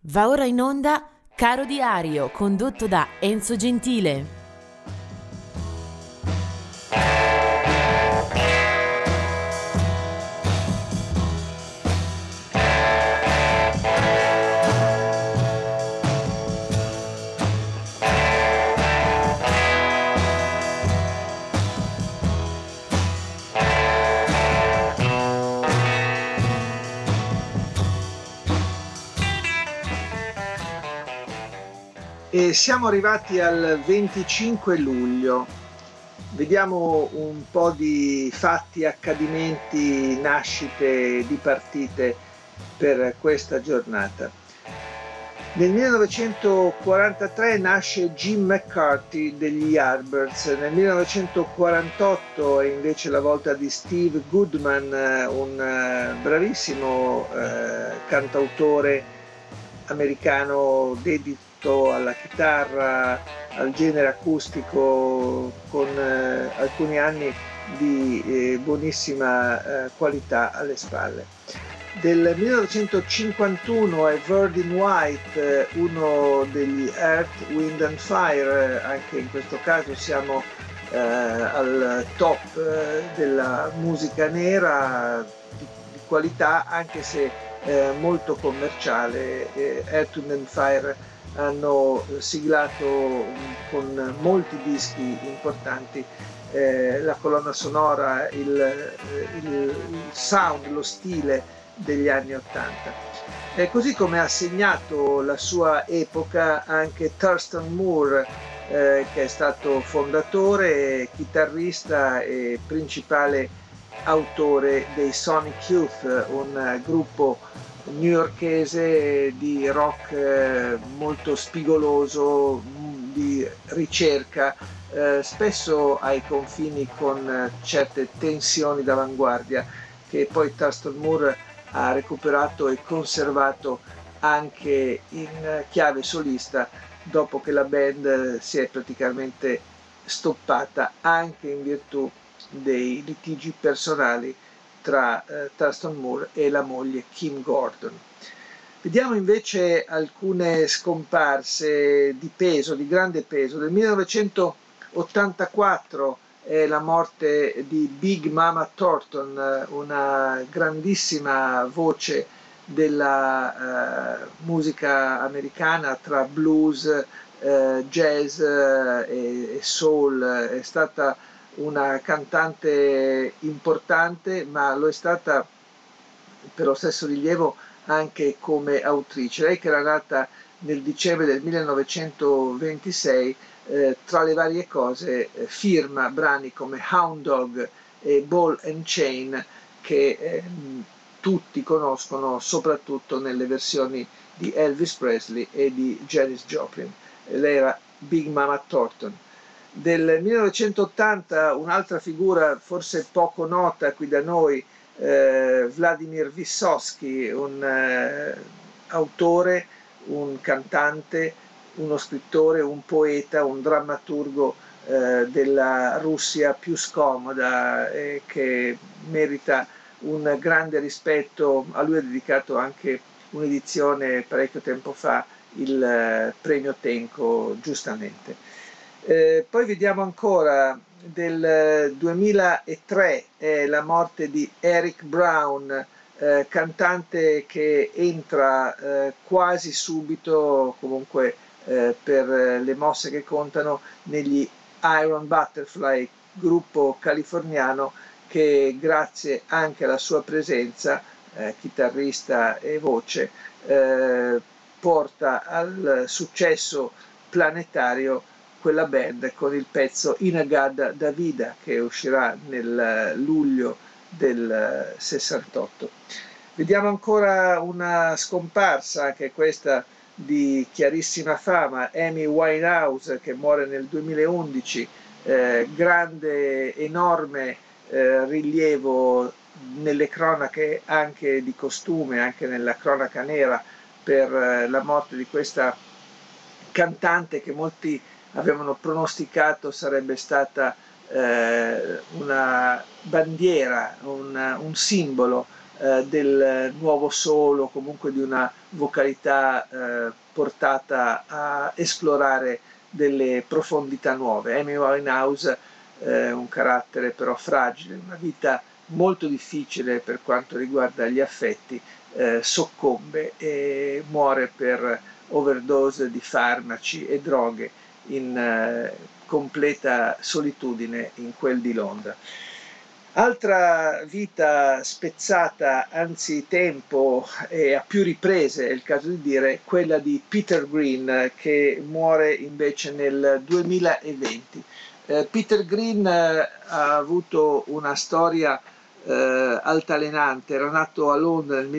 Va ora in onda Caro Diario, condotto da Enzo Gentile. E siamo arrivati al 25 luglio. Vediamo un po' di fatti, accadimenti, nascite di partite per questa giornata. Nel 1943 nasce Jim McCarthy degli Yardbirds, nel 1948 è invece la volta di Steve Goodman, un bravissimo cantautore americano dedito alla chitarra, al genere acustico, con alcuni anni di buonissima qualità alle spalle. Del 1951 è Verdin White, uno degli Earth, Wind and Fire, anche in questo caso siamo al top della musica nera di qualità, anche se molto commerciale. Earth, Wind and Fire hanno siglato con molti dischi importanti la colonna sonora, il sound, lo stile degli anni '80. Così come ha segnato la sua epoca anche Thurston Moore, che è stato fondatore, chitarrista e principale autore dei Sonic Youth, un gruppo newyorkese di rock molto spigoloso, di ricerca, spesso ai confini con certe tensioni d'avanguardia, che poi Thurston Moore ha recuperato e conservato anche in chiave solista dopo che la band si è praticamente stoppata, anche in virtù dei litigi personali tra Thurston Moore e la moglie Kim Gordon. Vediamo invece alcune scomparse di peso, di grande peso. Nel 1984 è la morte di Big Mama Thornton, una grandissima voce della musica americana tra blues, jazz e soul. È stata una cantante importante, ma lo è stata per lo stesso rilievo anche come autrice. Lei, che era nata nel dicembre del 1926, tra le varie cose firma brani come Hound Dog e Ball and Chain, che tutti conoscono soprattutto nelle versioni di Elvis Presley e di Janis Joplin. Lei era Big Mama Thornton. Del 1980 un'altra figura forse poco nota qui da noi, Vladimir Vysotsky, un autore, un cantante, uno scrittore, un poeta, un drammaturgo della Russia più scomoda, che merita un grande rispetto. A lui è dedicato anche un'edizione parecchio tempo fa, il premio Tenco, giustamente. Poi vediamo ancora del 2003 la morte di Eric Brown, cantante che entra quasi subito, comunque per le mosse che contano, negli Iron Butterfly, gruppo californiano che grazie anche alla sua presenza, chitarrista e voce, porta al successo planetario quella band con il pezzo Inagada Davida, che uscirà nel luglio del 68. Vediamo ancora una scomparsa, anche questa di chiarissima fama, Amy Winehouse, che muore nel 2011, grande, enorme rilievo nelle cronache anche di costume, anche nella cronaca nera, per la morte di questa cantante che molti avevano pronosticato sarebbe stata una bandiera, un simbolo del nuovo solo, comunque di una vocalità portata a esplorare delle profondità nuove. Amy Winehouse, un carattere però fragile, una vita molto difficile per quanto riguarda gli affetti, soccombe e muore per overdose di farmaci e droghe in completa solitudine in quel di Londra. Altra vita spezzata anzitempo e a più riprese, è il caso di dire, quella di Peter Green, che muore invece nel 2020. Peter Green ha avuto una storia altalenante, era nato a Londra nel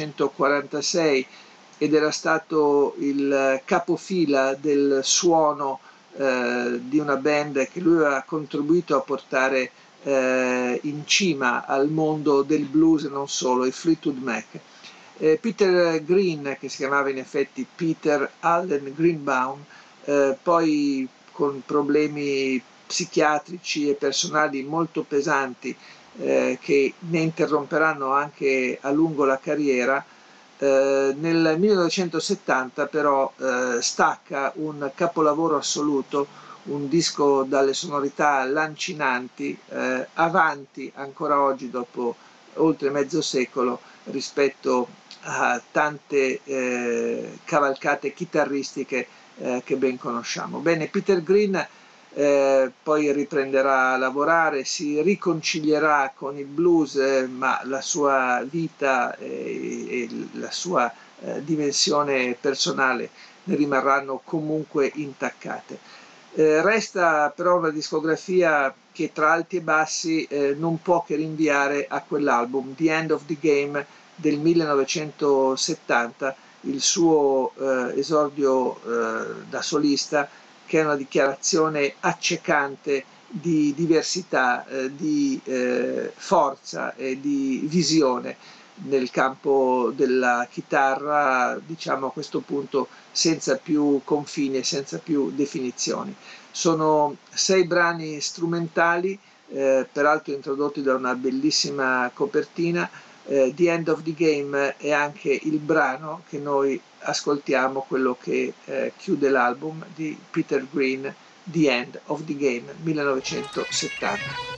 1946 ed era stato il capofila del suono di una band che lui aveva contribuito a portare in cima al mondo del blues e non solo, i Fleetwood Mac. Peter Green, che si chiamava in effetti Peter Allen Greenbaum, poi con problemi psichiatrici e personali molto pesanti che ne interromperanno anche a lungo la carriera, nel 1970 però stacca un capolavoro assoluto, un disco dalle sonorità lancinanti, avanti ancora oggi dopo oltre mezzo secolo rispetto a tante cavalcate chitarristiche che ben conosciamo. Bene, Peter Green poi riprenderà a lavorare, si riconcilierà con il blues, ma la sua vita e la sua dimensione personale ne rimarranno comunque intaccate. Resta però una discografia che tra alti e bassi non può che rinviare a quell'album The End of the Game del 1970, il suo esordio da solista, che è una dichiarazione accecante di diversità, di forza e di visione nel campo della chitarra, diciamo a questo punto senza più confini e senza più definizioni. Sono 6 brani strumentali, peraltro introdotti da una bellissima copertina. The End of the Game è anche il brano che noi ascoltiamo, quello che chiude l'album di Peter Green, The End of the Game 1970.